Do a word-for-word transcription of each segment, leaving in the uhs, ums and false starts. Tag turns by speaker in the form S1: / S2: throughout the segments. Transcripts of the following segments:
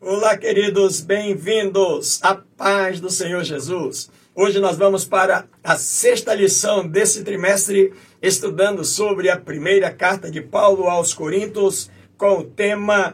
S1: Olá, queridos, bem-vindos à paz do Senhor Jesus. Hoje nós vamos para a sexta lição desse trimestre, estudando sobre a primeira carta de Paulo aos Coríntios, com o tema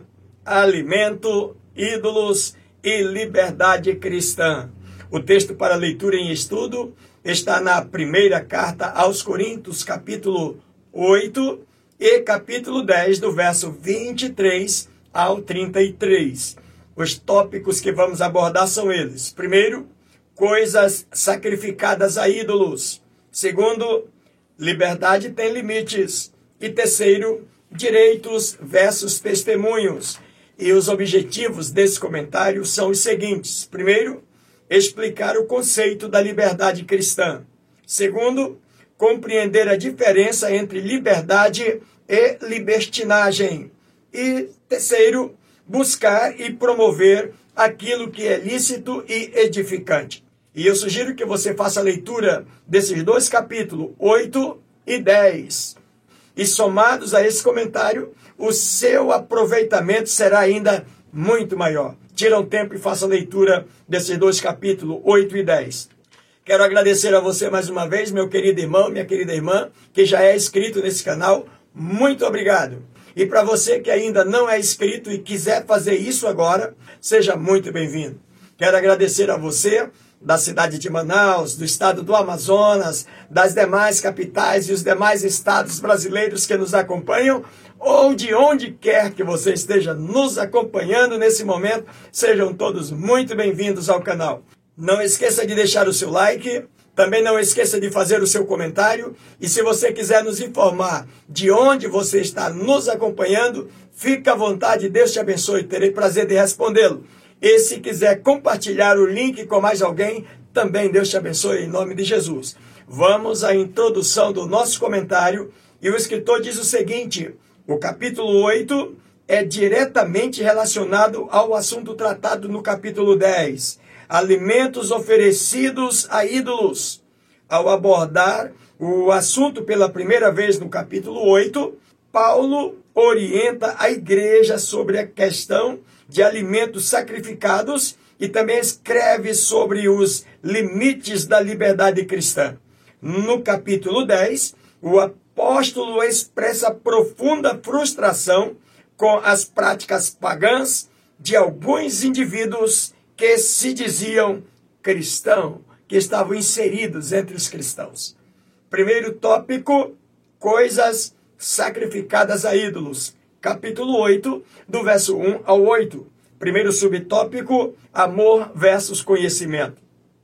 S1: Alimento, Ídolos e Liberdade Cristã. O texto para leitura em estudo está na primeira carta aos Coríntios, capítulo oito e capítulo dez, do verso vinte e três ao trinta e três. Os tópicos que vamos abordar são eles. Primeiro, coisas sacrificadas a ídolos. Segundo, liberdade tem limites. E terceiro, direitos versus testemunhos. E os objetivos desse comentário são os seguintes. Primeiro, explicar o conceito da liberdade cristã. Segundo, compreender a diferença entre liberdade e libertinagem. E terceiro, buscar e promover aquilo que é lícito e edificante. E eu sugiro que você faça a leitura desses dois capítulos, oito e dez. E somados a esse comentário, o seu aproveitamento será ainda muito maior. Tira um tempo e faça a leitura desses dois capítulos, oito e dez. Quero agradecer a você mais uma vez, meu querido irmão, minha querida irmã, que já é inscrito nesse canal. Muito obrigado. E para você que ainda não é inscrito e quiser fazer isso agora, seja muito bem-vindo. Quero agradecer a você da cidade de Manaus, do estado do Amazonas, das demais capitais e os demais estados brasileiros que nos acompanham, ou de onde quer que você esteja nos acompanhando nesse momento, sejam todos muito bem-vindos ao canal. Não esqueça de deixar o seu like, também não esqueça de fazer o seu comentário, e se você quiser nos informar de onde você está nos acompanhando, fique à vontade, Deus te abençoe, terei prazer de respondê-lo. E se quiser compartilhar o link com mais alguém, também Deus te abençoe em nome de Jesus. Vamos à introdução do nosso comentário, e o escritor diz o seguinte: o capítulo oito é diretamente relacionado ao assunto tratado no capítulo dez. Alimentos oferecidos a ídolos. Ao abordar o assunto pela primeira vez no capítulo oito, Paulo orienta a igreja sobre a questão de alimentos sacrificados e também escreve sobre os limites da liberdade cristã. No capítulo dez, o apóstolo expressa profunda frustração com as práticas pagãs de alguns indivíduos que se diziam cristãos, que estavam inseridos entre os cristãos. Primeiro tópico, coisas sacrificadas a ídolos. Capítulo oito, do verso um ao oito. Primeiro subtópico, amor versus conhecimento.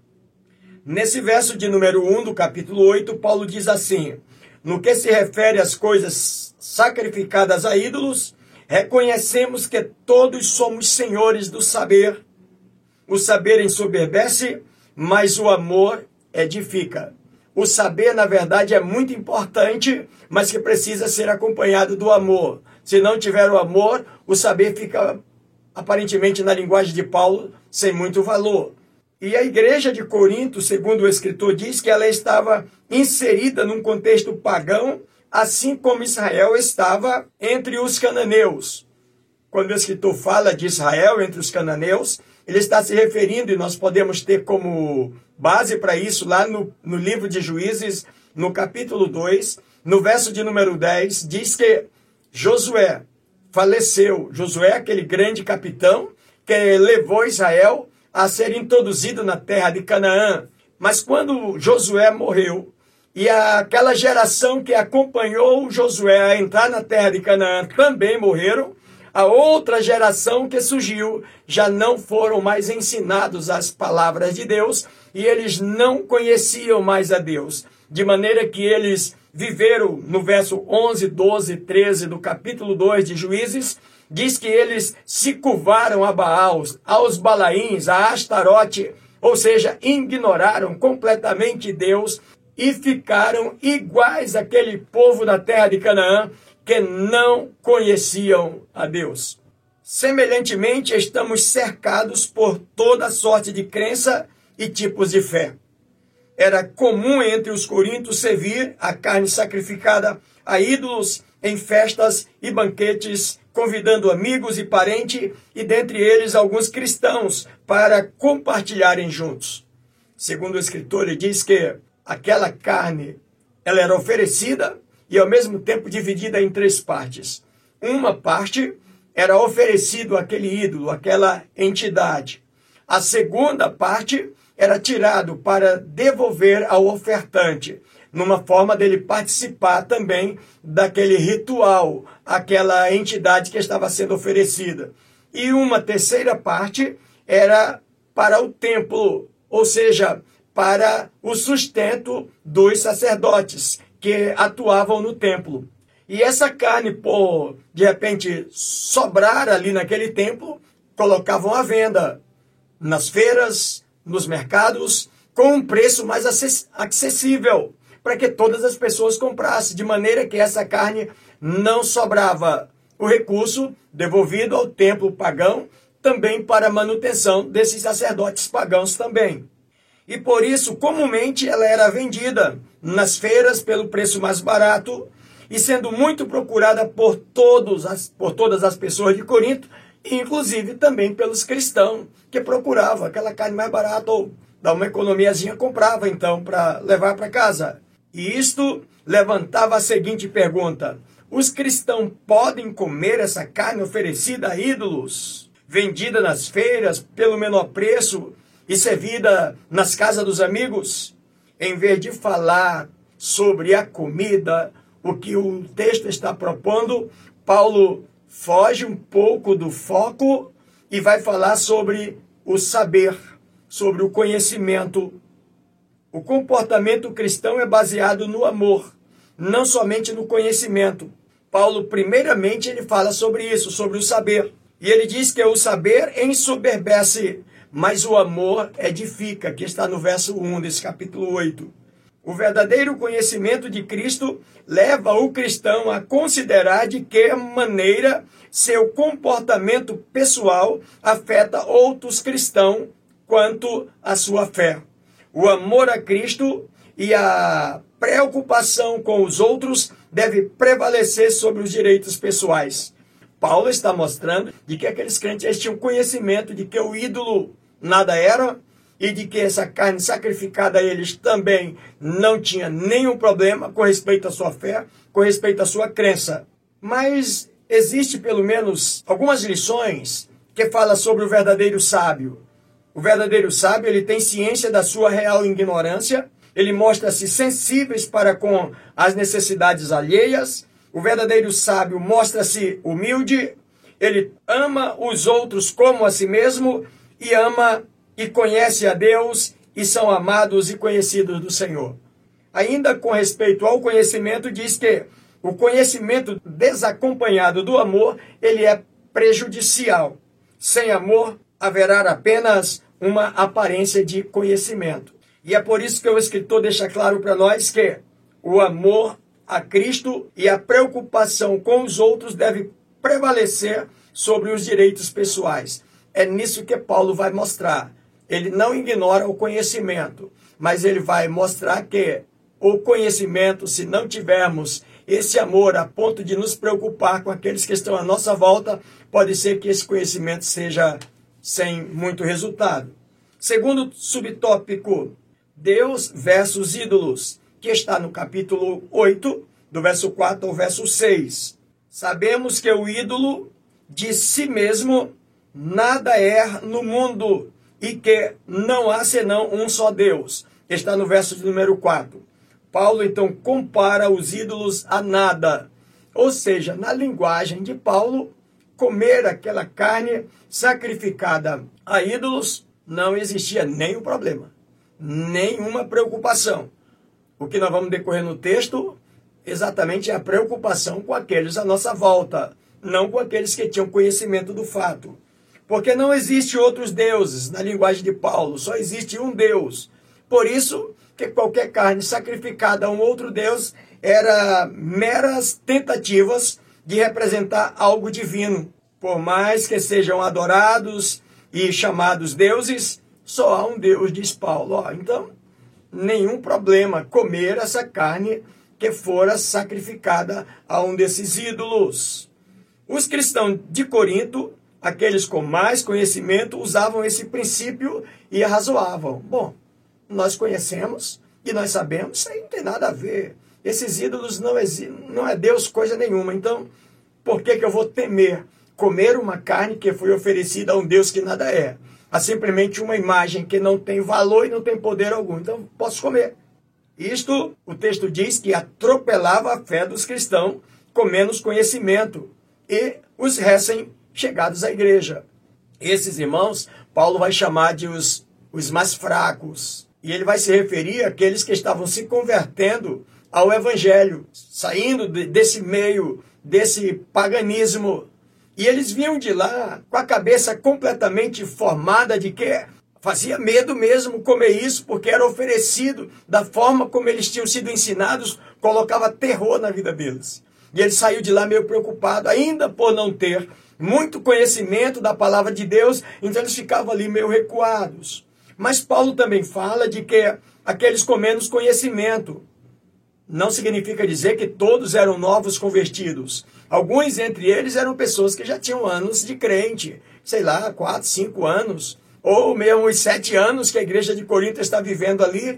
S1: Nesse verso de número um do capítulo oito, Paulo diz assim: no que se refere às coisas sacrificadas a ídolos, reconhecemos que todos somos senhores do saber. O saber ensoberbece, mas o amor edifica. O saber, na verdade, é muito importante, mas que precisa ser acompanhado do amor. Se não tiver o amor, o saber fica, aparentemente, na linguagem de Paulo, sem muito valor. E a igreja de Corinto, segundo o escritor, diz que ela estava inserida num contexto pagão, assim como Israel estava entre os cananeus. Quando o escritor fala de Israel entre os cananeus, ele está se referindo, e nós podemos ter como base para isso lá no, no livro de Juízes, no capítulo dois, no verso de número dez, diz que Josué faleceu. Josué, aquele grande capitão que levou Israel a ser introduzido na terra de Canaã. Mas quando Josué morreu, e aquela geração que acompanhou Josué a entrar na terra de Canaã também morreram, a outra geração que surgiu já não foram mais ensinados as palavras de Deus e eles não conheciam mais a Deus. De maneira que eles viveram, no verso onze, doze, treze do capítulo dois de Juízes, diz que eles se curvaram a Baal, aos Balaíns, a Astarote, ou seja, ignoraram completamente Deus e ficaram iguais àquele povo da terra de Canaã, que não conheciam a Deus. Semelhantemente, estamos cercados por toda sorte de crença e tipos de fé. Era comum entre os coríntios servir a carne sacrificada a ídolos em festas e banquetes, convidando amigos e parentes, e dentre eles alguns cristãos, para compartilharem juntos. Segundo o escritor, ele diz que aquela carne, ela era oferecida e ao mesmo tempo dividida em três partes. Uma parte era oferecido àquele ídolo, àquela entidade. A segunda parte era tirado para devolver ao ofertante, numa forma dele participar também daquele ritual, aquela entidade que estava sendo oferecida. E uma terceira parte era para o templo, ou seja, para o sustento dos sacerdotes que atuavam no templo. E essa carne, por de repente sobrar ali naquele templo, colocavam à venda nas feiras, nos mercados, com um preço mais acessível, para que todas as pessoas comprassem, de maneira que essa carne não sobrava. O recurso devolvido ao templo pagão, também para a manutenção desses sacerdotes pagãos também. E por isso, comumente, ela era vendida nas feiras pelo preço mais barato, e sendo muito procurada por, todos as, por todas as pessoas de Corinto, inclusive também pelos cristãos, que procuravam aquela carne mais barata, ou dar uma economiazinha, comprava então para levar para casa. E isto levantava a seguinte pergunta: os cristãos podem comer essa carne oferecida a ídolos, vendida nas feiras pelo menor preço e servida nas casas dos amigos? Em vez de falar sobre a comida, o que o texto está propondo, Paulo foge um pouco do foco e vai falar sobre o saber, sobre o conhecimento. O comportamento cristão é baseado no amor, não somente no conhecimento. Paulo, primeiramente, ele fala sobre isso, sobre o saber. E ele diz que o saber ensoberbece, mas o amor edifica, que está no verso um desse capítulo oito. O verdadeiro conhecimento de Cristo leva o cristão a considerar de que maneira seu comportamento pessoal afeta outros cristãos quanto à sua fé. O amor a Cristo e a preocupação com os outros deve prevalecer sobre os direitos pessoais. Paulo está mostrando de que aqueles crentes tinham conhecimento de que o ídolo nada era, e de que essa carne sacrificada a eles também não tinha nenhum problema com respeito à sua fé, com respeito à sua crença. Mas existe pelo menos algumas lições que falam sobre o verdadeiro sábio. O verdadeiro sábio, ele tem ciência da sua real ignorância, ele mostra-se sensíveis para com as necessidades alheias. O verdadeiro sábio mostra-se humilde, ele ama os outros como a si mesmo e ama e conhece a Deus e são amados e conhecidos do Senhor. Ainda com respeito ao conhecimento, diz que o conhecimento desacompanhado do amor, ele é prejudicial. Sem amor, haverá apenas uma aparência de conhecimento. E é por isso que o escritor deixa claro para nós que o amor a Cristo e a preocupação com os outros deve prevalecer sobre os direitos pessoais. É nisso que Paulo vai mostrar. Ele não ignora o conhecimento, mas ele vai mostrar que o conhecimento, se não tivermos esse amor a ponto de nos preocupar com aqueles que estão à nossa volta, pode ser que esse conhecimento seja sem muito resultado. Segundo subtópico, Deus versus ídolos, que está no capítulo oito, do verso quatro ao verso seis. Sabemos que o ídolo de si mesmo nada é no mundo, e que não há senão um só Deus. Está no verso de número quatro. Paulo, então, compara os ídolos a nada. Ou seja, na linguagem de Paulo, comer aquela carne sacrificada a ídolos não existia nenhum problema, nenhuma preocupação. O que nós vamos decorrer no texto, exatamente é a preocupação com aqueles à nossa volta, não com aqueles que tinham conhecimento do fato. Porque não existe outros deuses na linguagem de Paulo, só existe um Deus. Por isso que qualquer carne sacrificada a um outro Deus era meras tentativas de representar algo divino. Por mais que sejam adorados e chamados deuses, só há um Deus, diz Paulo. Ó, então, nenhum problema comer essa carne que fora sacrificada a um desses ídolos. Os cristãos de Corinto, aqueles com mais conhecimento, usavam esse princípio e arrazoavam. Bom, nós conhecemos e nós sabemos, isso aí não tem nada a ver. Esses ídolos não, não é Deus coisa nenhuma. Então, por que, que eu vou temer comer uma carne que foi oferecida a um Deus que nada é? Há simplesmente uma imagem que não tem valor e não tem poder algum. Então, posso comer. Isto, o texto diz que atropelava a fé dos cristãos com menos conhecimento e os recém-chegados à igreja. Esses irmãos, Paulo vai chamar de os, os mais fracos. E ele vai se referir àqueles que estavam se convertendo ao evangelho, saindo de, desse meio, desse paganismo. E eles vinham de lá com a cabeça completamente formada de que fazia medo mesmo comer isso, porque era oferecido da forma como eles tinham sido ensinados, colocava terror na vida deles. E ele saiu de lá meio preocupado, ainda por não ter muito conhecimento da palavra de Deus, então eles ficavam ali meio recuados. Mas Paulo também fala de que aqueles com menos conhecimento não significa dizer que todos eram novos convertidos. Alguns entre eles eram pessoas que já tinham anos de crente, sei lá, quatro, cinco anos, ou mesmo os sete anos que a igreja de Corinto está vivendo ali,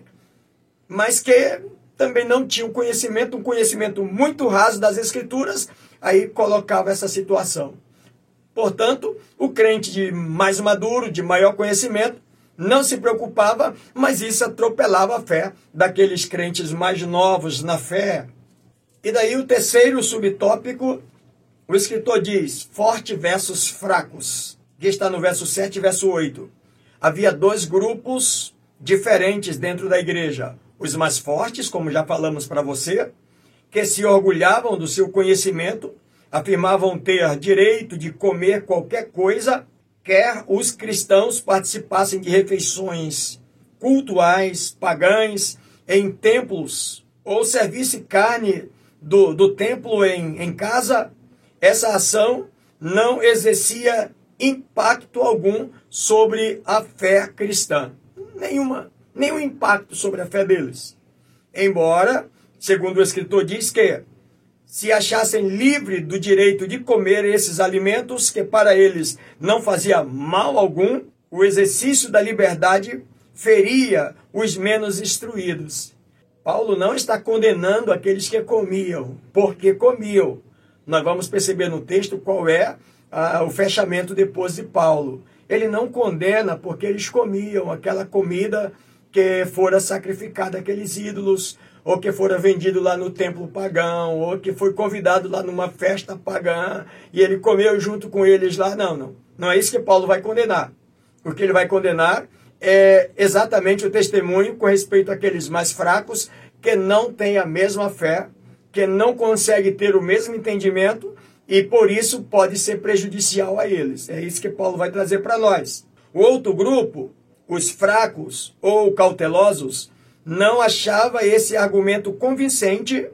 S1: mas que também não tinham conhecimento, um conhecimento muito raso das Escrituras, aí colocava essa situação. Portanto, o crente de mais maduro, de maior conhecimento, não se preocupava, mas isso atropelava a fé daqueles crentes mais novos na fé. E daí o terceiro subtópico, o escritor diz, forte versus fracos, que está no verso sete e verso oito. Havia dois grupos diferentes dentro da igreja. Os mais fortes, como já falamos para você, que se orgulhavam do seu conhecimento, afirmavam ter direito de comer qualquer coisa, quer os cristãos participassem de refeições cultuais, pagãs, em templos, ou servisse carne do, do templo em, em casa, essa ação não exercia impacto algum sobre a fé cristã. Nenhuma, nenhum impacto sobre a fé deles. Embora, segundo o escritor diz que, se achassem livre do direito de comer esses alimentos, que para eles não fazia mal algum, o exercício da liberdade feria os menos instruídos. Paulo não está condenando aqueles que comiam, porque comiam. Nós vamos perceber no texto qual é ah, o fechamento depois de Paulo. Ele não condena porque eles comiam aquela comida que fora sacrificada àqueles ídolos, ou que fora vendido lá no templo pagão, ou que foi convidado lá numa festa pagã, e ele comeu junto com eles lá. Não, não. Não é isso que Paulo vai condenar. O que ele vai condenar é exatamente o testemunho com respeito àqueles mais fracos, que não têm a mesma fé, que não conseguem ter o mesmo entendimento, e por isso pode ser prejudicial a eles. É isso que Paulo vai trazer para nós. O outro grupo, os fracos ou cautelosos, não achava esse argumento convincente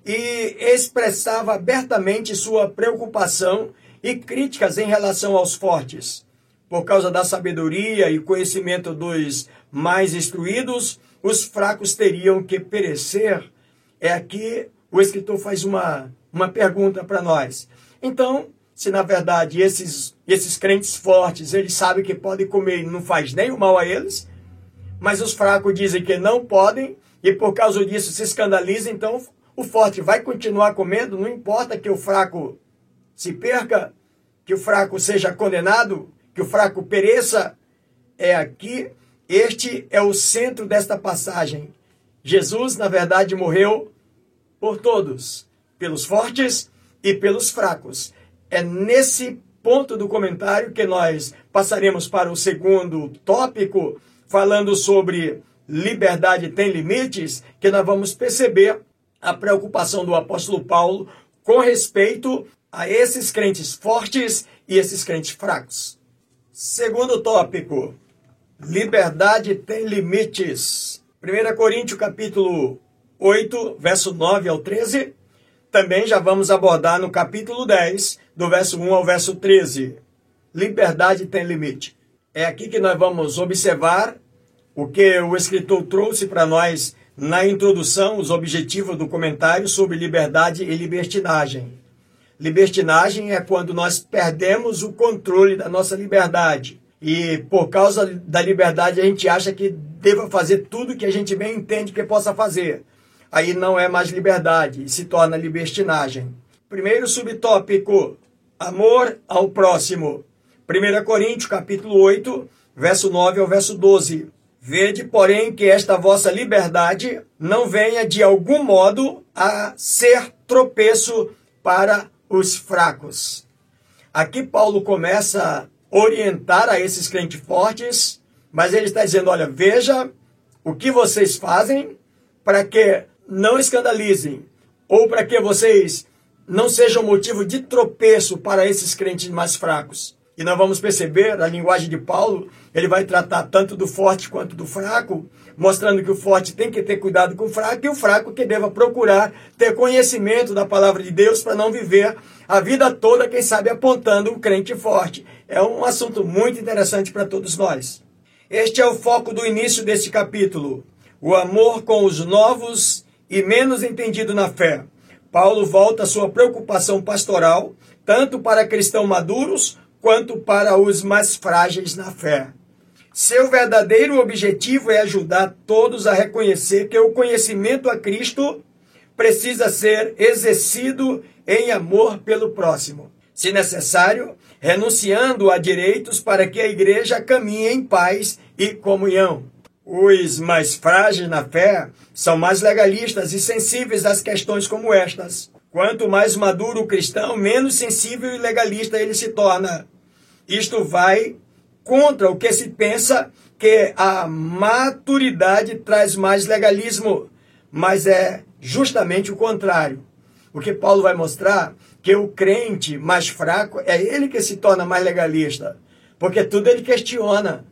S1: e expressava abertamente sua preocupação e críticas em relação aos fortes. Por causa da sabedoria e conhecimento dos mais instruídos, os fracos teriam que perecer. É aqui o escritor faz uma, uma pergunta para nós. Então, se na verdade esses, esses crentes fortes, eles sabem que podem comer e não faz nenhum mal a eles, mas os fracos dizem que não podem, e por causa disso se escandalizam, então o forte vai continuar comendo, não importa que o fraco se perca, que o fraco seja condenado, que o fraco pereça. É aqui, este é o centro desta passagem. Jesus, na verdade, morreu por todos, pelos fortes e pelos fracos. É nesse ponto do comentário que nós passaremos para o segundo tópico, falando sobre liberdade tem limites, que nós vamos perceber a preocupação do apóstolo Paulo com respeito a esses crentes fortes e esses crentes fracos. Segundo tópico, liberdade tem limites. primeira Coríntios capítulo oito, verso nove ao treze. Também já vamos abordar no capítulo dez, do verso um ao verso treze. Liberdade tem limite. É aqui que nós vamos observar o que o escritor trouxe para nós na introdução os objetivos do comentário sobre liberdade e libertinagem. Libertinagem é quando nós perdemos o controle da nossa liberdade. E por causa da liberdade a gente acha que deva fazer tudo que a gente bem entende que possa fazer. Aí não é mais liberdade, se torna libertinagem. Primeiro subtópico, amor ao próximo. primeira Coríntios, capítulo oito, verso nove ao verso doze. Vede, porém, que esta vossa liberdade não venha de algum modo a ser tropeço para os fracos. Aqui Paulo começa a orientar a esses crentes fortes, mas ele está dizendo, olha, veja o que vocês fazem para que não escandalizem, ou para que vocês não sejam motivo de tropeço para esses crentes mais fracos. E nós vamos perceber, a linguagem de Paulo, ele vai tratar tanto do forte quanto do fraco, mostrando que o forte tem que ter cuidado com o fraco, e o fraco que deva procurar ter conhecimento da palavra de Deus para não viver a vida toda, quem sabe, apontando um crente forte. É um assunto muito interessante para todos nós. Este é o foco do início deste capítulo, o amor com os novos e menos entendidos na fé. Paulo volta a sua preocupação pastoral, tanto para cristãos maduros, quanto para os mais frágeis na fé. Seu verdadeiro objetivo é ajudar todos a reconhecer que o conhecimento a Cristo precisa ser exercido em amor pelo próximo, se necessário, renunciando a direitos para que a igreja caminhe em paz e comunhão. Os mais frágeis na fé são mais legalistas e sensíveis às questões como estas. Quanto mais maduro o cristão, menos sensível e legalista ele se torna. Isto vai contra o que se pensa que a maturidade traz mais legalismo, mas é justamente o contrário. O que Paulo vai mostrar que o crente mais fraco é ele que se torna mais legalista, porque tudo ele questiona.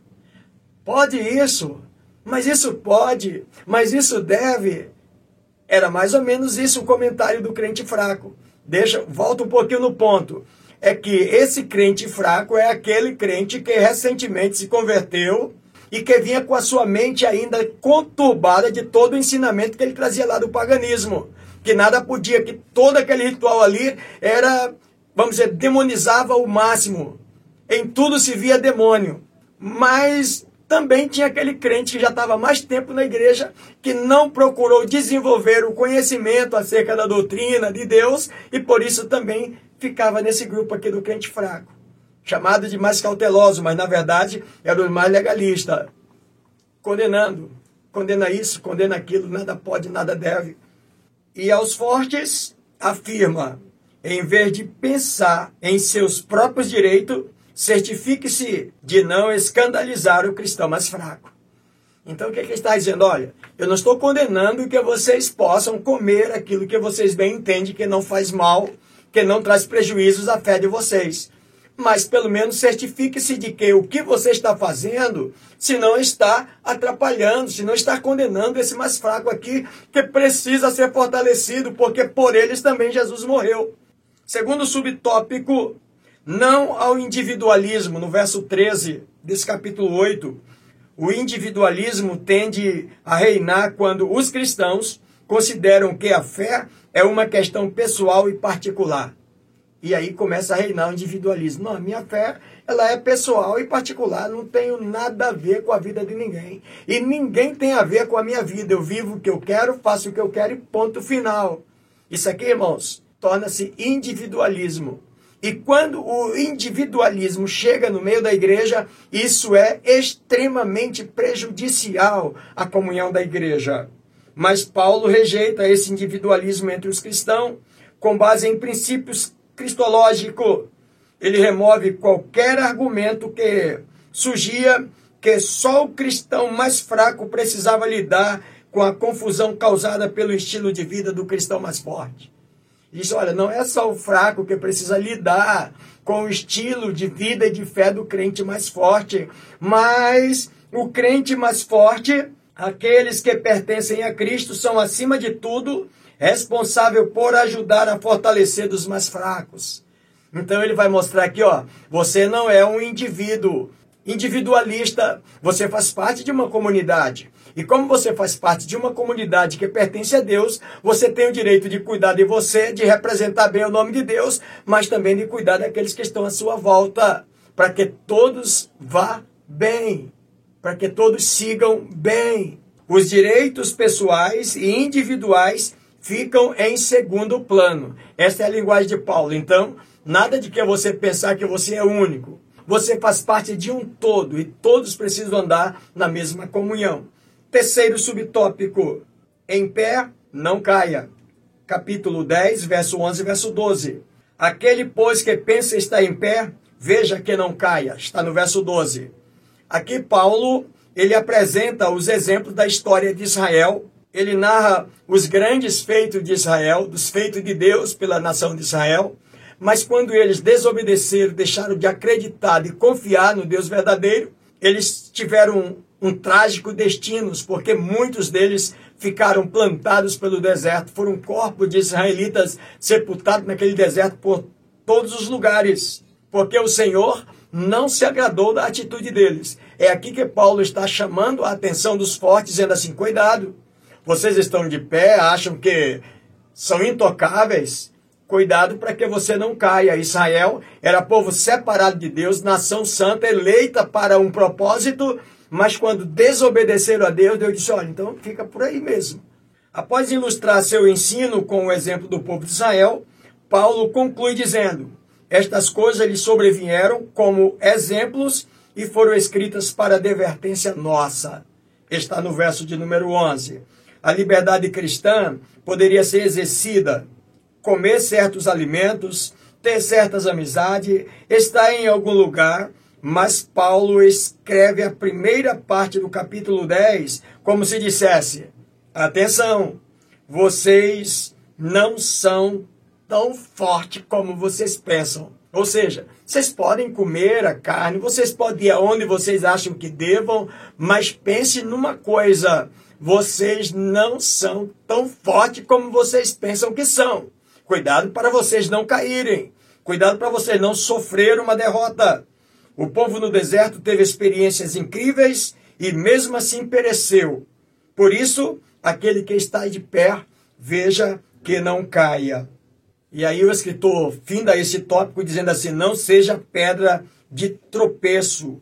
S1: Pode isso, mas isso pode, mas isso deve. Era mais ou menos isso o comentário do crente fraco. Deixa, volta um pouquinho no ponto. É que esse crente fraco é aquele crente que recentemente se converteu e que vinha com a sua mente ainda conturbada de todo o ensinamento que ele trazia lá do paganismo. Que nada podia, que todo aquele ritual ali era, vamos dizer, demonizava o máximo. Em tudo se via demônio. Mas também tinha aquele crente que já estava mais tempo na igreja, que não procurou desenvolver o conhecimento acerca da doutrina de Deus e por isso também ficava nesse grupo aqui do crente fraco, chamado de mais cauteloso, mas na verdade era o mais legalista, condenando, condena isso, condena aquilo, nada pode, nada deve. E aos fortes afirma, em vez de pensar em seus próprios direitos, certifique-se de não escandalizar o cristão mais fraco. Então o que ele está dizendo? Olha, eu não estou condenando que vocês possam comer aquilo que vocês bem entendem que não faz mal, que não traz prejuízos à fé de vocês. Mas pelo menos certifique-se de que o que você está fazendo, se não está atrapalhando, se não está condenando esse mais fraco aqui, que precisa ser fortalecido, porque por eles também Jesus morreu. Segundo subtópico, não ao individualismo, no verso treze desse capítulo oito. O individualismo tende a reinar quando os cristãos consideram que a fé é uma questão pessoal e particular. E aí começa a reinar o individualismo. Não, a minha fé, ela é pessoal e particular, não tenho nada a ver com a vida de ninguém. E ninguém tem a ver com a minha vida. Eu vivo o que eu quero, faço o que eu quero e ponto final. Isso aqui, irmãos, torna-se individualismo. E quando o individualismo chega no meio da igreja, isso é extremamente prejudicial à comunhão da igreja. Mas Paulo rejeita esse individualismo entre os cristãos com base em princípios cristológicos. Ele remove qualquer argumento que sugia que só o cristão mais fraco precisava lidar com a confusão causada pelo estilo de vida do cristão mais forte. Ele diz, olha, não é só o fraco que precisa lidar com o estilo de vida e de fé do crente mais forte, mas o crente mais forte, aqueles que pertencem a Cristo, são, acima de tudo, responsáveis por ajudar a fortalecer os mais fracos. Então ele vai mostrar aqui, ó, você não é um indivíduo individualista, você faz parte de uma comunidade. E como você faz parte de uma comunidade que pertence a Deus, você tem o direito de cuidar de você, de representar bem o nome de Deus, mas também de cuidar daqueles que estão à sua volta, para que todos vá bem, para que todos sigam bem. Os direitos pessoais e individuais ficam em segundo plano. Essa é a linguagem de Paulo. Então, nada de que você pensar que você é único. Você faz parte de um todo e todos precisam andar na mesma comunhão. Terceiro subtópico, em pé, não caia. Capítulo dez, verso onze, verso doze. Aquele, pois, que pensa estar em pé, veja que não caia. Está no verso doze. Aqui Paulo, ele apresenta os exemplos da história de Israel. Ele narra os grandes feitos de Israel, dos feitos de Deus pela nação de Israel. Mas quando eles desobedeceram, deixaram de acreditar, de confiar no Deus verdadeiro, eles tiveram um, um trágico destino, porque muitos deles ficaram plantados pelo deserto. Foram corpos de israelitas sepultados naquele deserto por todos os lugares, porque o Senhor não se agradou da atitude deles. É aqui que Paulo está chamando a atenção dos fortes, dizendo assim, cuidado, vocês estão de pé, acham que são intocáveis, cuidado para que você não caia. Israel era povo separado de Deus, nação santa, eleita para um propósito, mas quando desobedeceram a Deus, Deus disse, olha, então fica por aí mesmo. Após ilustrar seu ensino com o exemplo do povo de Israel, Paulo conclui dizendo, estas coisas lhe sobrevieram como exemplos e foram escritas para advertência nossa. Está no verso de número onze. A liberdade cristã poderia ser exercida, comer certos alimentos, ter certas amizades, estar em algum lugar, mas Paulo escreve a primeira parte do capítulo dez como se dissesse, atenção, vocês não são tão fortes como vocês pensam. Ou seja, vocês podem comer a carne, vocês podem ir aonde vocês acham que devam, mas pense numa coisa, vocês não são tão fortes como vocês pensam que são. Cuidado para vocês não caírem. Cuidado para vocês não sofrerem uma derrota. O povo no deserto teve experiências incríveis e mesmo assim pereceu. Por isso, aquele que está de pé, veja que não caia. E aí o escritor finda esse tópico dizendo assim, não seja pedra de tropeço.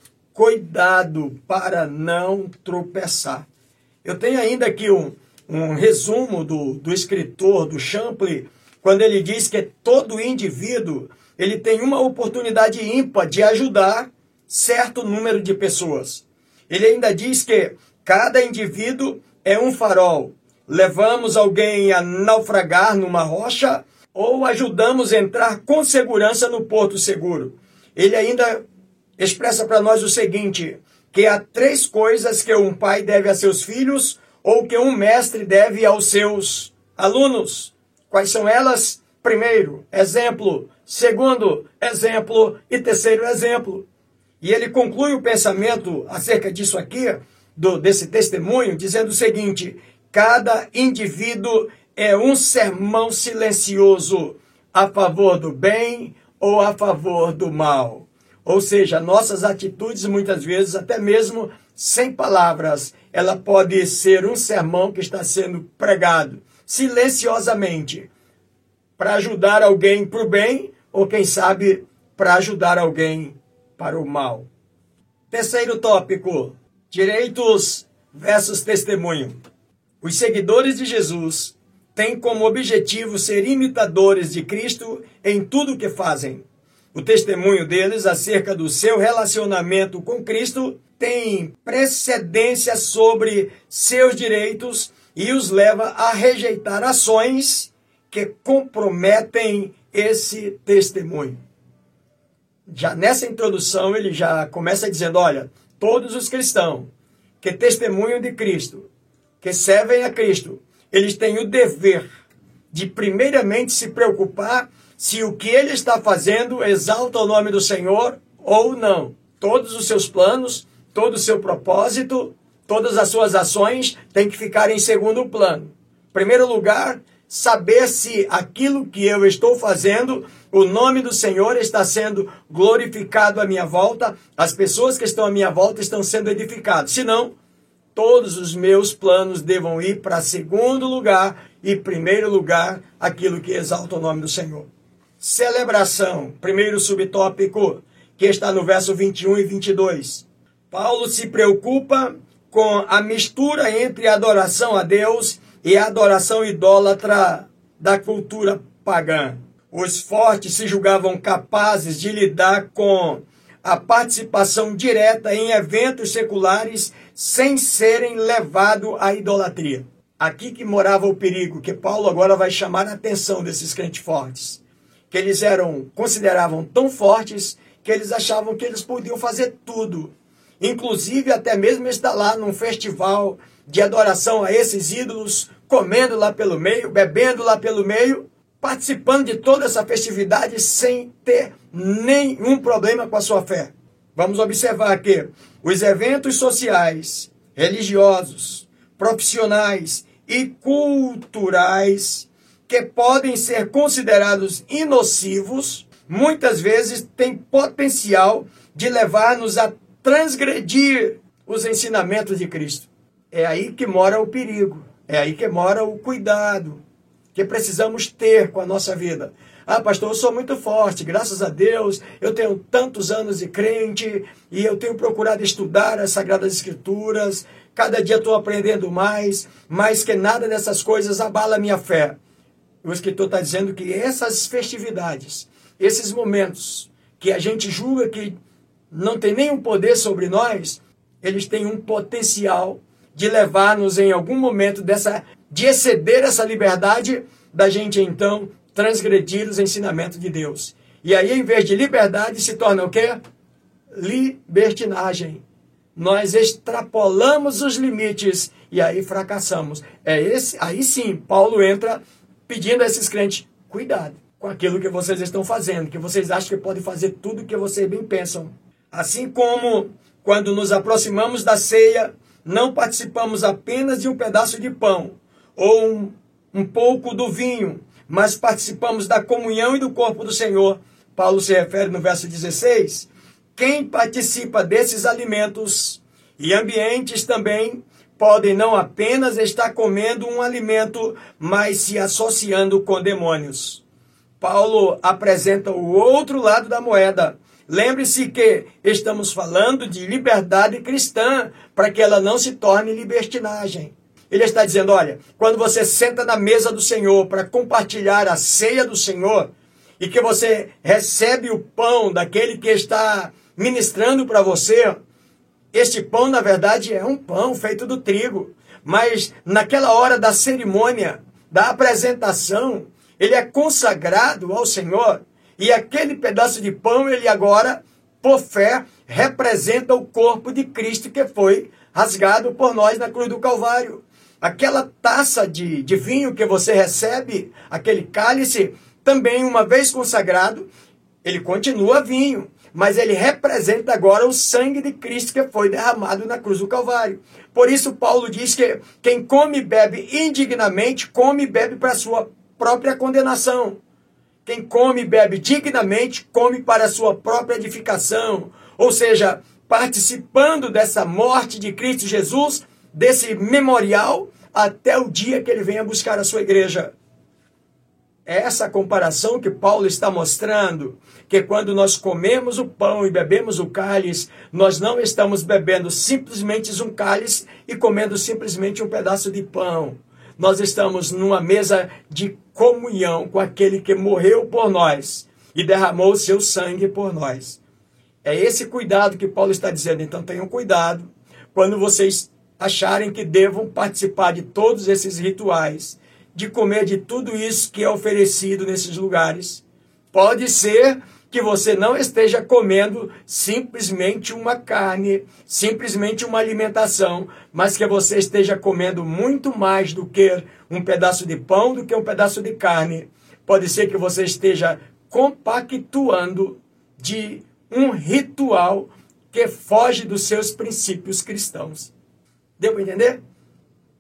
S1: Cuidado para não tropeçar. Eu tenho ainda aqui um, um resumo do, do escritor, do Champlin, quando ele diz que todo indivíduo ele tem uma oportunidade ímpar de ajudar certo número de pessoas. Ele ainda diz que cada indivíduo é um farol. Levamos alguém a naufragar numa rocha ou ajudamos a entrar com segurança no porto seguro. Ele ainda expressa para nós o seguinte, que há três coisas que um pai deve a seus filhos ou que um mestre deve aos seus alunos. Quais são elas? Primeiro, exemplo. Segundo, exemplo. E terceiro, exemplo. E ele conclui o pensamento acerca disso aqui, do, desse testemunho, dizendo o seguinte, cada indivíduo é um sermão silencioso a favor do bem ou a favor do mal. Ou seja, nossas atitudes, muitas vezes, até mesmo sem palavras, ela pode ser um sermão que está sendo pregado silenciosamente para ajudar alguém para o bem ou, quem sabe, para ajudar alguém para o mal. Terceiro tópico, direitos versus testemunho. Os seguidores de Jesus têm como objetivo ser imitadores de Cristo em tudo o que fazem. O testemunho deles acerca do seu relacionamento com Cristo tem precedência sobre seus direitos e os leva a rejeitar ações que comprometem esse testemunho. Já nessa introdução ele já começa dizendo, olha, todos os cristãos que testemunham de Cristo, que servem a Cristo, eles têm o dever de primeiramente se preocupar se o que ele está fazendo exalta o nome do Senhor ou não. Todos os seus planos, todo o seu propósito, todas as suas ações têm que ficar em segundo plano. Em primeiro lugar, saber se aquilo que eu estou fazendo, o nome do Senhor está sendo glorificado à minha volta, as pessoas que estão à minha volta estão sendo edificadas. Senão, todos os meus planos devam ir para segundo lugar e primeiro lugar aquilo que exalta o nome do Senhor. Celebração, primeiro subtópico, que está no verso vinte e um e vinte e dois. Paulo se preocupa com a mistura entre a adoração a Deus e a adoração idólatra da cultura pagã. Os fortes se julgavam capazes de lidar com a participação direta em eventos seculares sem serem levados à idolatria. Aqui que morava o perigo, que Paulo agora vai chamar a atenção desses crentes fortes. Que eles eram, consideravam tão fortes que eles achavam que eles podiam fazer tudo. Inclusive até mesmo estar lá num festival de adoração a esses ídolos, comendo lá pelo meio, bebendo lá pelo meio, participando de toda essa festividade sem ter nenhum problema com a sua fé. Vamos observar que os eventos sociais, religiosos, profissionais e culturais que podem ser considerados nocivos, muitas vezes têm potencial de levar-nos a transgredir os ensinamentos de Cristo. É aí que mora o perigo, é aí que mora o cuidado que precisamos ter com a nossa vida. Ah, pastor, eu sou muito forte, graças a Deus, eu tenho tantos anos de crente e eu tenho procurado estudar as Sagradas Escrituras, cada dia estou aprendendo mais, mais que nada dessas coisas abala a minha fé. O escritor está dizendo que essas festividades, esses momentos que a gente julga que não tem nenhum poder sobre nós, eles têm um potencial de levar-nos em algum momento dessa, de exceder essa liberdade, da gente então transgredir os ensinamentos de Deus. E aí, em vez de liberdade, se torna o quê? Libertinagem. Nós extrapolamos os limites e aí fracassamos. É esse, aí sim, Paulo entra pedindo a esses crentes, cuidado com aquilo que vocês estão fazendo, que vocês acham que podem fazer tudo o que vocês bem pensam. Assim como quando nos aproximamos da ceia, não participamos apenas de um pedaço de pão ou um, um pouco do vinho, mas participamos da comunhão e do corpo do Senhor. Paulo se refere no verso dezesseis, quem participa desses alimentos e ambientes também podem não apenas estar comendo um alimento, mas se associando com demônios. Paulo apresenta o outro lado da moeda. Lembre-se que estamos falando de liberdade cristã, para que ela não se torne libertinagem. Ele está dizendo, olha, quando você senta na mesa do Senhor para compartilhar a ceia do Senhor, e que você recebe o pão daquele que está ministrando para você, este pão, na verdade, é um pão feito do trigo. Mas naquela hora da cerimônia, da apresentação, ele é consagrado ao Senhor. E aquele pedaço de pão, ele agora, por fé, representa o corpo de Cristo que foi rasgado por nós na cruz do Calvário. Aquela taça de, de vinho que você recebe, aquele cálice, também uma vez consagrado, ele continua vinho, mas ele representa agora o sangue de Cristo que foi derramado na cruz do Calvário. Por isso Paulo diz que quem come e bebe indignamente, come e bebe para a sua própria condenação. Quem come e bebe dignamente, come para a sua própria edificação. Ou seja, participando dessa morte de Cristo Jesus, desse memorial, até o dia que ele venha buscar a sua igreja. É essa comparação que Paulo está mostrando, que quando nós comemos o pão e bebemos o cálice, nós não estamos bebendo simplesmente um cálice e comendo simplesmente um pedaço de pão. Nós estamos numa mesa de comunhão com aquele que morreu por nós e derramou o seu sangue por nós. É esse cuidado que Paulo está dizendo. Então tenham cuidado quando vocês acharem que devam participar de todos esses rituais, de comer de tudo isso que é oferecido nesses lugares. Pode ser que você não esteja comendo simplesmente uma carne, simplesmente uma alimentação, mas que você esteja comendo muito mais do que um pedaço de pão, do que um pedaço de carne. Pode ser que você esteja compactuando de um ritual que foge dos seus princípios cristãos. Deu para entender?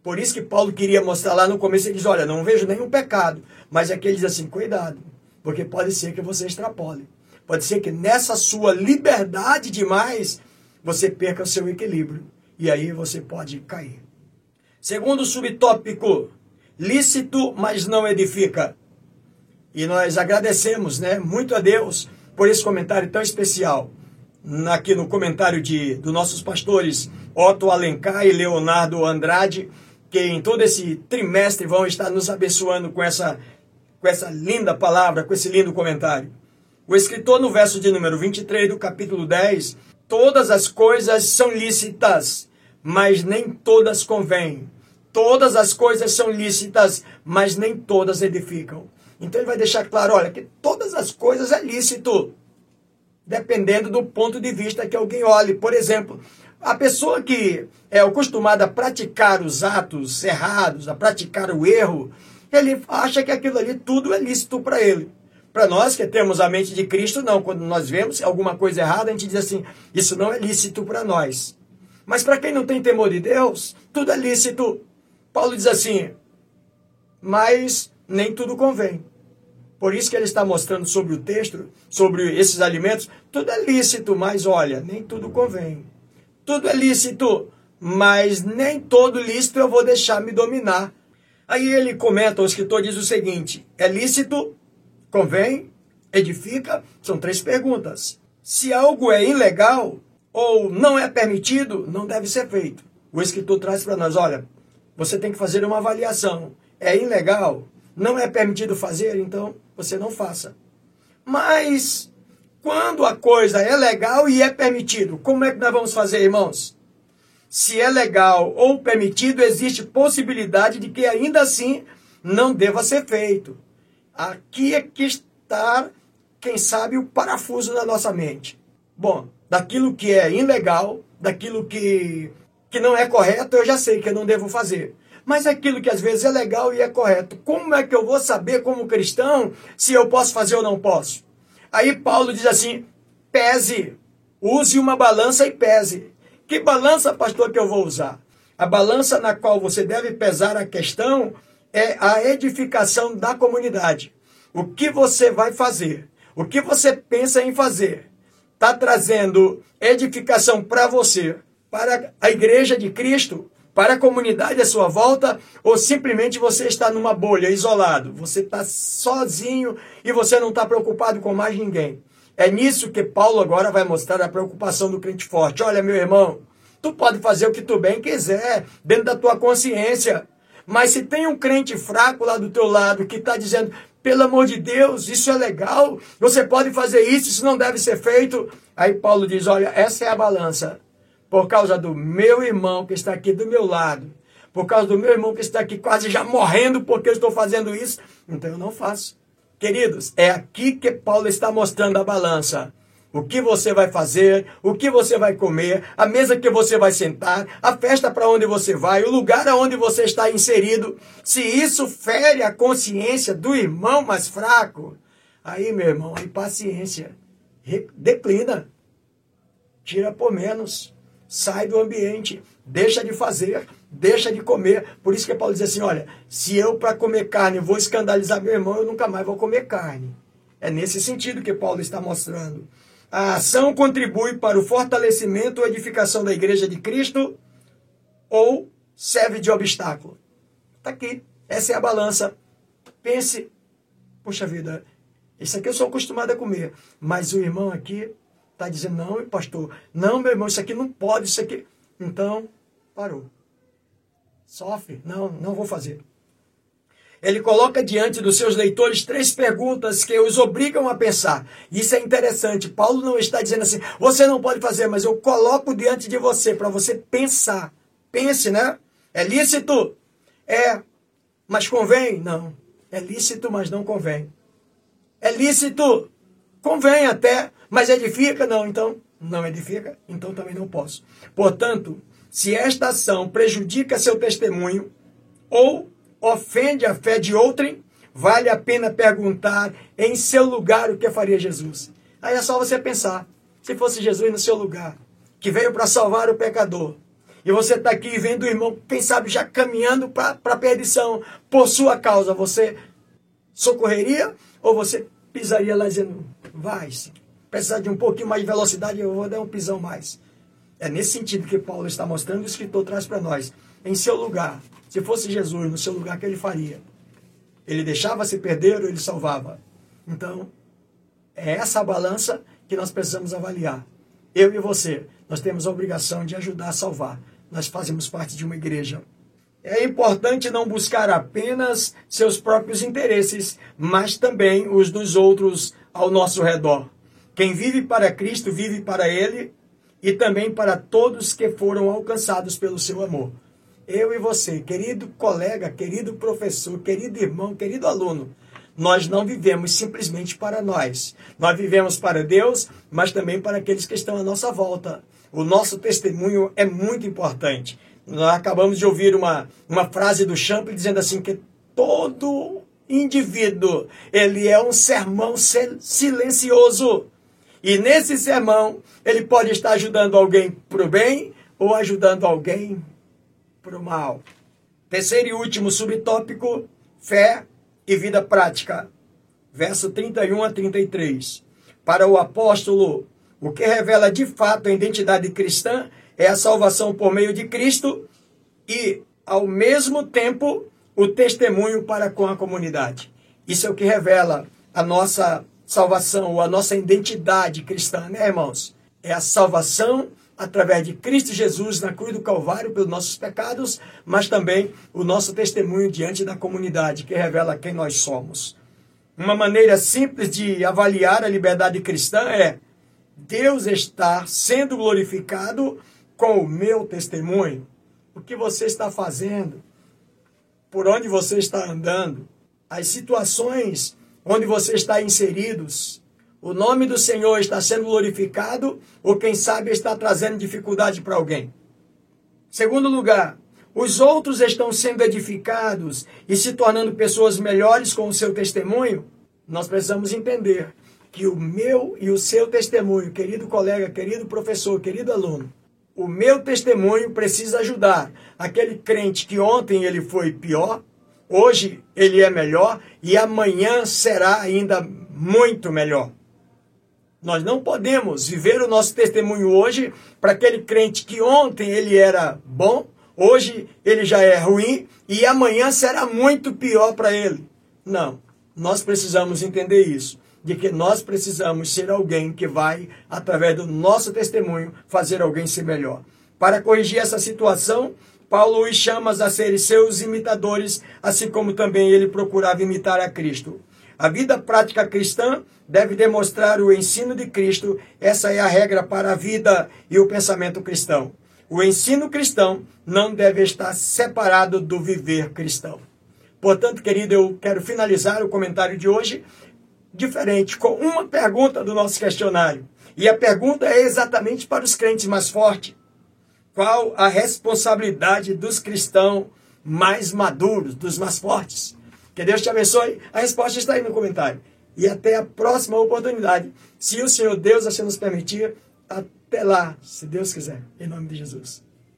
S1: Por isso que Paulo queria mostrar lá no começo, ele diz, olha, não vejo nenhum pecado. Mas aqui ele diz assim, cuidado, porque pode ser que você extrapole. Pode ser que nessa sua liberdade demais, você perca o seu equilíbrio. E aí você pode cair. Segundo subtópico, lícito, mas não edifica. E nós agradecemos, né, muito a Deus por esse comentário tão especial. Aqui no comentário de, dos nossos pastores Otto Alencar e Leonardo Andrade, que em todo esse trimestre vão estar nos abençoando com essa, com essa linda palavra, com esse lindo comentário. O escritor, no verso de número vinte e três do capítulo dez, todas as coisas são lícitas, mas nem todas convêm. Todas as coisas são lícitas, mas nem todas edificam. Então ele vai deixar claro, olha, que todas as coisas é lícito, dependendo do ponto de vista que alguém olhe. Por exemplo, a pessoa que é acostumada a praticar os atos errados, a praticar o erro, ele acha que aquilo ali tudo é lícito para ele. Para nós que temos a mente de Cristo, não. Quando nós vemos alguma coisa errada, a gente diz assim, isso não é lícito para nós. Mas para quem não tem temor de Deus, tudo é lícito. Paulo diz assim, mas nem tudo convém. Por isso que ele está mostrando sobre o texto, sobre esses alimentos, tudo é lícito, mas olha, nem tudo convém. Tudo é lícito, mas nem todo lícito eu vou deixar me dominar. Aí ele comenta, o escritor diz o seguinte, é lícito, convém, edifica? São três perguntas. Se algo é ilegal ou não é permitido, não deve ser feito. O escritor traz para nós, olha, você tem que fazer uma avaliação. É ilegal? Não é permitido fazer? Então você não faça. Mas quando a coisa é legal e é permitido, como é que nós vamos fazer, irmãos? Se é legal ou permitido, existe possibilidade de que ainda assim não deva ser feito. Aqui é que está, quem sabe, o parafuso na nossa mente. Bom, daquilo que é ilegal, daquilo que, que não é correto, eu já sei que eu não devo fazer. Mas aquilo que às vezes é legal e é correto, como é que eu vou saber como cristão se eu posso fazer ou não posso? Aí Paulo diz assim, pese, use uma balança e pese. Que balança, pastor, que eu vou usar? A balança na qual você deve pesar a questão é a edificação da comunidade. O que você vai fazer? O que você pensa em fazer? Está trazendo edificação para você, para a igreja de Cristo, para a comunidade à sua volta, ou simplesmente você está numa bolha, isolado? Você está sozinho e você não está preocupado com mais ninguém. É nisso que Paulo agora vai mostrar a preocupação do crente forte. Olha, meu irmão, tu pode fazer o que tu bem quiser, dentro da tua consciência. Mas se tem um crente fraco lá do teu lado que está dizendo, pelo amor de Deus, isso é legal, você pode fazer isso, isso não deve ser feito. Aí Paulo diz, olha, essa é a balança. Por causa do meu irmão que está aqui do meu lado, por causa do meu irmão que está aqui quase já morrendo porque eu estou fazendo isso, então eu não faço. Queridos, é aqui que Paulo está mostrando a balança. O que você vai fazer, o que você vai comer, a mesa que você vai sentar, a festa para onde você vai, o lugar aonde você está inserido. Se isso fere a consciência do irmão mais fraco, aí, meu irmão, aí paciência, declina, tira por menos, sai do ambiente, deixa de fazer, deixa de comer. Por isso que Paulo diz assim, olha, se eu para comer carne vou escandalizar meu irmão, eu nunca mais vou comer carne. É nesse sentido que Paulo está mostrando. A ação contribui para o fortalecimento ou edificação da igreja de Cristo ou serve de obstáculo? Está aqui. Essa é a balança. Pense, puxa vida, isso aqui eu sou acostumado a comer, mas o irmão aqui está dizendo, não, pastor, não, meu irmão, isso aqui não pode, isso aqui... Então, parou. Sofre. Não, não vou fazer. Ele coloca diante dos seus leitores três perguntas que os obrigam a pensar. Isso é interessante. Paulo não está dizendo assim, você não pode fazer, mas eu coloco diante de você para você pensar. Pense, né? É lícito? É. Mas convém? Não. É lícito, mas não convém. É lícito? Convém até, mas edifica? Não. Então, não edifica? Então também não posso. Portanto, se esta ação prejudica seu testemunho ou ofende a fé de outrem, vale a pena perguntar em seu lugar o que faria Jesus. Aí é só você pensar, se fosse Jesus no seu lugar, que veio para salvar o pecador, e você está aqui vendo o irmão, quem sabe, já caminhando para a perdição por sua causa, você socorreria ou você pisaria lá dizendo, vai, sim, precisar de um pouquinho mais de velocidade, eu vou dar um pisão mais. É nesse sentido que Paulo está mostrando, o escritor traz para nós. Em seu lugar, se fosse Jesus, no seu lugar, o que ele faria? Ele deixava se perder ou ele salvava? Então, é essa a balança que nós precisamos avaliar. Eu e você, nós temos a obrigação de ajudar a salvar. Nós fazemos parte de uma igreja. É importante não buscar apenas seus próprios interesses, mas também os dos outros ao nosso redor. Quem vive para Cristo, vive para Ele e também para todos que foram alcançados pelo seu amor. Eu e você, querido colega, querido professor, querido irmão, querido aluno, nós não vivemos simplesmente para nós. Nós vivemos para Deus, mas também para aqueles que estão à nossa volta. O nosso testemunho é muito importante. Nós acabamos de ouvir uma, uma frase do Champlin dizendo assim que todo indivíduo, ele é um sermão silencioso. E nesse sermão, ele pode estar ajudando alguém para o bem ou ajudando alguém para o mal. Terceiro e último subtópico, fé e vida prática. Verso trinta e um a trinta e três. Para o apóstolo, o que revela de fato a identidade cristã é a salvação por meio de Cristo e, ao mesmo tempo, o testemunho para com a comunidade. Isso é o que revela a nossa salvação, ou a nossa identidade cristã, né, irmãos? É a salvação através de Cristo Jesus na cruz do Calvário pelos nossos pecados, mas também o nosso testemunho diante da comunidade, que revela quem nós somos. Uma maneira simples de avaliar a liberdade cristã é Deus está sendo glorificado com o meu testemunho. O que você está fazendo? Por onde você está andando? As situações onde você está inseridos, o nome do Senhor está sendo glorificado ou quem sabe está trazendo dificuldade para alguém? Segundo lugar, os outros estão sendo edificados e se tornando pessoas melhores com o seu testemunho? Nós precisamos entender que o meu e o seu testemunho, querido colega, querido professor, querido aluno, o meu testemunho precisa ajudar aquele crente que ontem ele foi pior, hoje ele é melhor e amanhã será ainda muito melhor. Nós não podemos viver o nosso testemunho hoje para aquele crente que ontem ele era bom, hoje ele já é ruim e amanhã será muito pior para ele. Não, nós precisamos entender isso, de que nós precisamos ser alguém que vai, através do nosso testemunho, fazer alguém ser melhor. Para corrigir essa situação, Paulo os chama a serem seus imitadores, assim como também ele procurava imitar a Cristo. A vida prática cristã deve demonstrar o ensino de Cristo. Essa é a regra para a vida e o pensamento cristão. O ensino cristão não deve estar separado do viver cristão. Portanto, querido, eu quero finalizar o comentário de hoje diferente, com uma pergunta do nosso questionário. E a pergunta é exatamente para os crentes mais fortes. Qual a responsabilidade dos cristãos mais maduros, dos mais fortes? Que Deus te abençoe. A resposta está aí no comentário. E até a próxima oportunidade. Se o Senhor Deus assim nos permitir, até lá, se Deus quiser. Em nome de Jesus.